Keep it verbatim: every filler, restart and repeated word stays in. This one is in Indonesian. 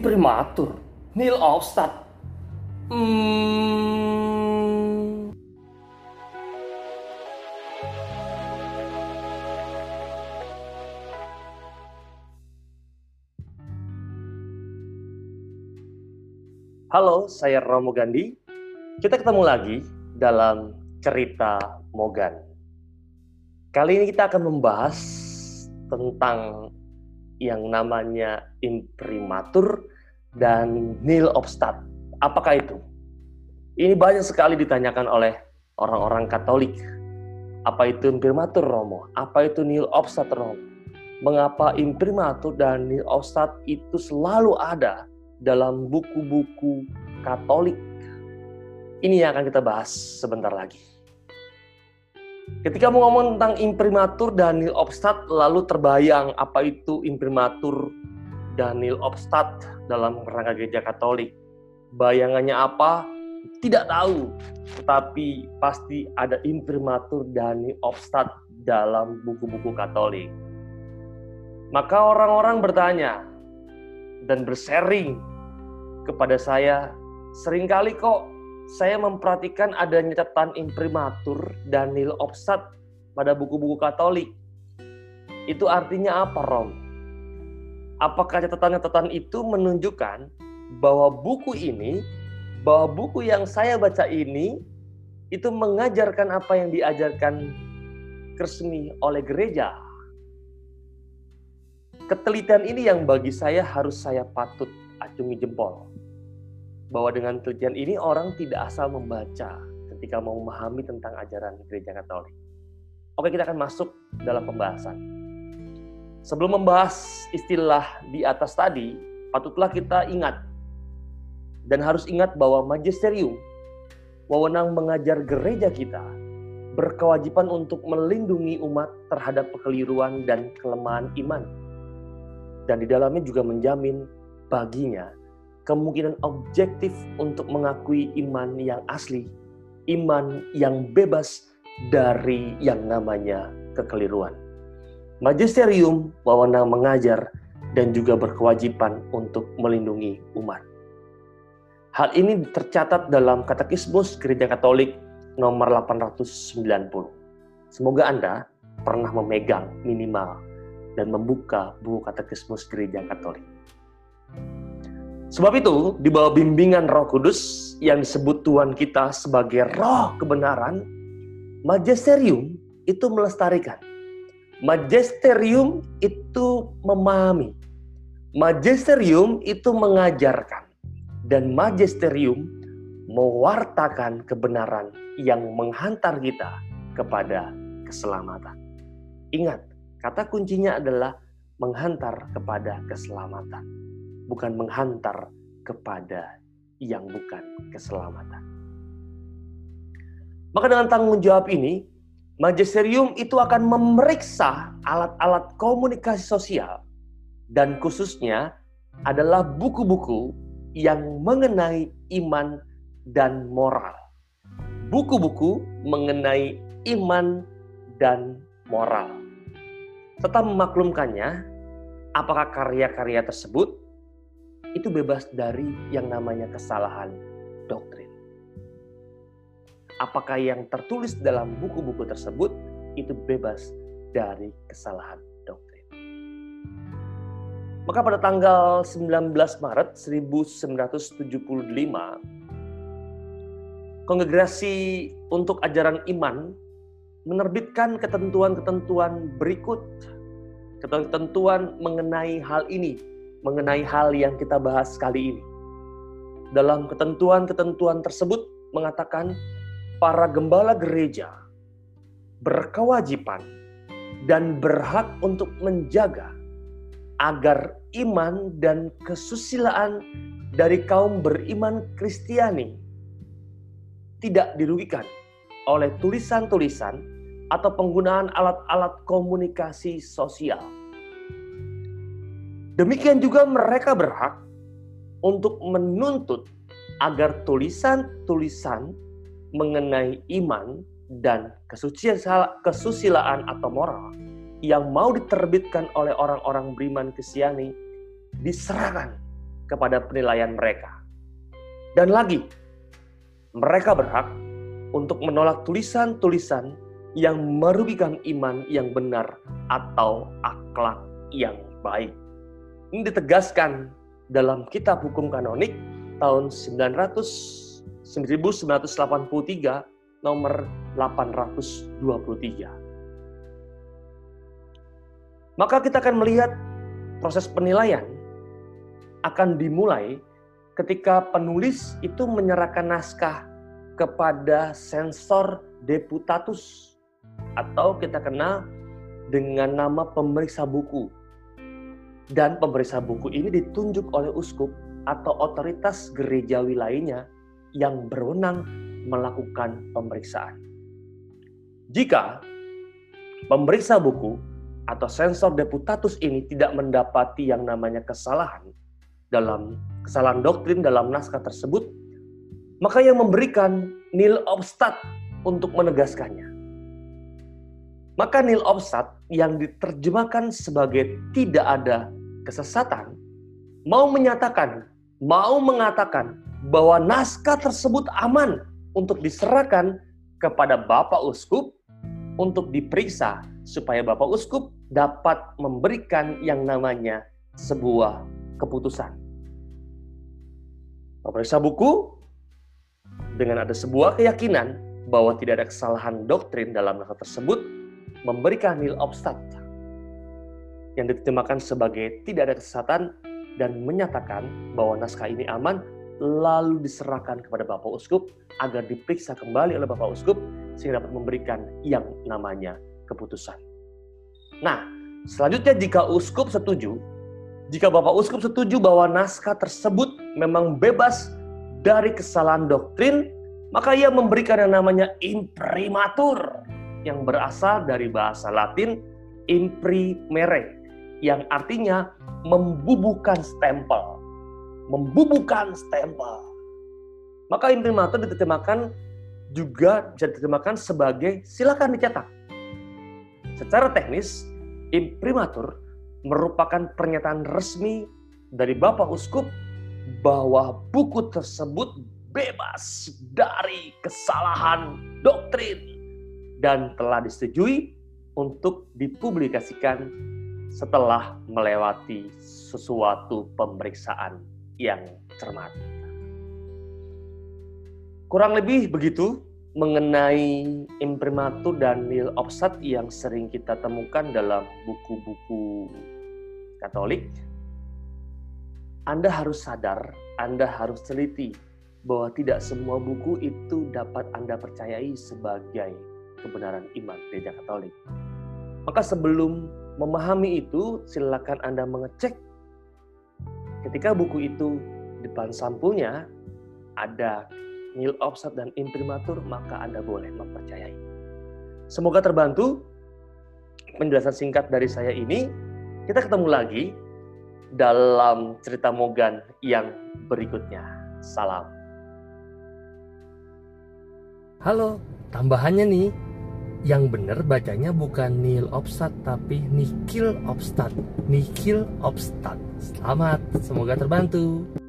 Imprimatur, nihil obstat. Hmm. Halo, saya Romo Gandhi. Kita ketemu lagi dalam cerita Mogan. Kali ini kita akan membahas tentang yang namanya imprimatur dan nihil obstat. Apakah itu? Ini banyak sekali ditanyakan oleh orang-orang Katolik. Apa itu imprimatur, Romo? Apa itu nihil obstat, Romo? Mengapa imprimatur dan nihil obstat itu selalu ada dalam buku-buku Katolik? Ini yang akan kita bahas sebentar lagi. Ketika mau ngomong tentang imprimatur dan nihil obstat, lalu terbayang apa itu imprimatur dan nihil obstat dalam kerangka gereja Katolik. Bayangannya apa? Tidak tahu. Tetapi pasti ada imprimatur dan nihil obstat dalam buku-buku Katolik. Maka orang-orang bertanya dan bersharing kepada saya, seringkali kok saya memperhatikan adanya catatan imprimatur dan nihil obstat pada buku-buku Katolik. Itu artinya apa, Rom? Apakah catatan-catatan itu menunjukkan bahwa buku ini, bahwa buku yang saya baca ini, itu mengajarkan apa yang diajarkan resmi oleh gereja? Ketelitian ini yang bagi saya harus saya patut acungi jempol. Bahwa dengan telitian ini orang tidak asal membaca ketika mau memahami tentang ajaran gereja Katolik. Oke, kita akan masuk dalam pembahasan. Sebelum membahas istilah di atas tadi, patutlah kita ingat dan harus ingat bahwa magisterium, wewenang mengajar gereja kita, berkewajiban untuk melindungi umat terhadap kekeliruan dan kelemahan iman. Dan di dalamnya juga menjamin baginya kemungkinan objektif untuk mengakui iman yang asli, iman yang bebas dari yang namanya kekeliruan. Magisterium, wewenang mengajar, dan juga berkewajiban untuk melindungi umat. Hal ini tercatat dalam Katekismus Gereja Katolik nomor delapan ratus sembilan puluh. Semoga Anda pernah memegang minimal dan membuka buku Katekismus Gereja Katolik. Sebab itu, di bawah bimbingan Roh Kudus yang disebut Tuhan kita sebagai Roh kebenaran, magisterium itu melestarikan. Magisterium itu memahami. Magisterium itu mengajarkan. Dan magisterium mewartakan kebenaran yang menghantar kita kepada keselamatan. Ingat, kata kuncinya adalah menghantar kepada keselamatan. Bukan menghantar kepada yang bukan keselamatan. Maka dengan tanggung jawab ini, magisterium itu akan memeriksa alat-alat komunikasi sosial dan khususnya adalah buku-buku yang mengenai iman dan moral. Buku-buku mengenai iman dan moral. Serta memaklumkannya, apakah karya-karya tersebut itu bebas dari yang namanya kesalahan doktrin. Apakah yang tertulis dalam buku-buku tersebut itu bebas dari kesalahan doktrin. Maka pada tanggal sembilan belas Maret seribu sembilan ratus tujuh puluh lima, Kongregasi untuk Ajaran Iman menerbitkan ketentuan-ketentuan berikut. Ketentuan mengenai hal ini, mengenai hal yang kita bahas kali ini. Dalam ketentuan-ketentuan tersebut mengatakan para gembala gereja berkewajiban dan berhak untuk menjaga agar iman dan kesusilaan dari kaum beriman Kristiani tidak dirugikan oleh tulisan-tulisan atau penggunaan alat-alat komunikasi sosial. Demikian juga mereka berhak untuk menuntut agar tulisan-tulisan mengenai iman dan kesusilaan atau moral yang mau diterbitkan oleh orang-orang beriman Kristiani diserahkan kepada penilaian mereka. Dan lagi, mereka berhak untuk menolak tulisan-tulisan yang merugikan iman yang benar atau akhlak yang baik. Ini ditegaskan dalam Kitab Hukum Kanonik tahun seribu sembilan ratus delapan puluh tiga nomor delapan ratus dua puluh tiga. Maka kita akan melihat proses penilaian akan dimulai ketika penulis itu menyerahkan naskah kepada sensor deputatus atau kita kenal dengan nama pemeriksa buku. Dan pemeriksa buku ini ditunjuk oleh uskup atau otoritas gerejawi lainnya yang berwenang melakukan pemeriksaan. Jika pemeriksa buku atau sensor deputatus ini tidak mendapati yang namanya kesalahan dalam kesalahan doktrin dalam naskah tersebut, maka yang memberikan nil obstat untuk menegaskannya. Maka nil obstat yang diterjemahkan sebagai tidak ada kesesatan, mau menyatakan, mau mengatakan bahwa naskah tersebut aman untuk diserahkan kepada Bapak Uskup untuk diperiksa supaya Bapak Uskup dapat memberikan yang namanya sebuah keputusan. Pemeriksa buku dengan ada sebuah keyakinan bahwa tidak ada kesalahan doktrin dalam naskah tersebut memberikan nil obstat yang diterjemahkan sebagai tidak ada kesesatan dan menyatakan bahwa naskah ini aman, lalu diserahkan kepada Bapak Uskup agar diperiksa kembali oleh Bapak Uskup sehingga dapat memberikan yang namanya keputusan. Nah, selanjutnya jika Uskup setuju, jika Bapak Uskup setuju bahwa naskah tersebut memang bebas dari kesalahan doktrin, maka ia memberikan yang namanya imprimatur yang berasal dari bahasa Latin imprimere, yang artinya membubuhkan stempel. Membubuhkan stempel. Maka imprimatur diterjemahkan juga bisa diterjemahkan sebagai silakan dicetak. Secara teknis, imprimatur merupakan pernyataan resmi dari Bapak Uskup bahwa buku tersebut bebas dari kesalahan doktrin dan telah disetujui untuk dipublikasikan setelah melewati sesuatu pemeriksaan yang cermat. Kurang lebih begitu mengenai imprimatur dan nil obstat yang sering kita temukan dalam buku-buku Katolik. Anda harus sadar, Anda harus teliti bahwa tidak semua buku itu dapat Anda percayai sebagai kebenaran iman Gereja Katolik. Maka sebelum memahami itu, silakan Anda mengecek ketika buku itu depan sampulnya ada nil obstat dan imprimatur, maka Anda boleh mempercayai. Semoga terbantu penjelasan singkat dari saya ini. Kita ketemu lagi dalam cerita Mogan yang berikutnya. Salam. Halo, tambahannya nih. Yang benar bacanya bukan nil obstat tapi nihil obstat. Nihil obstat. Selamat, semoga terbantu.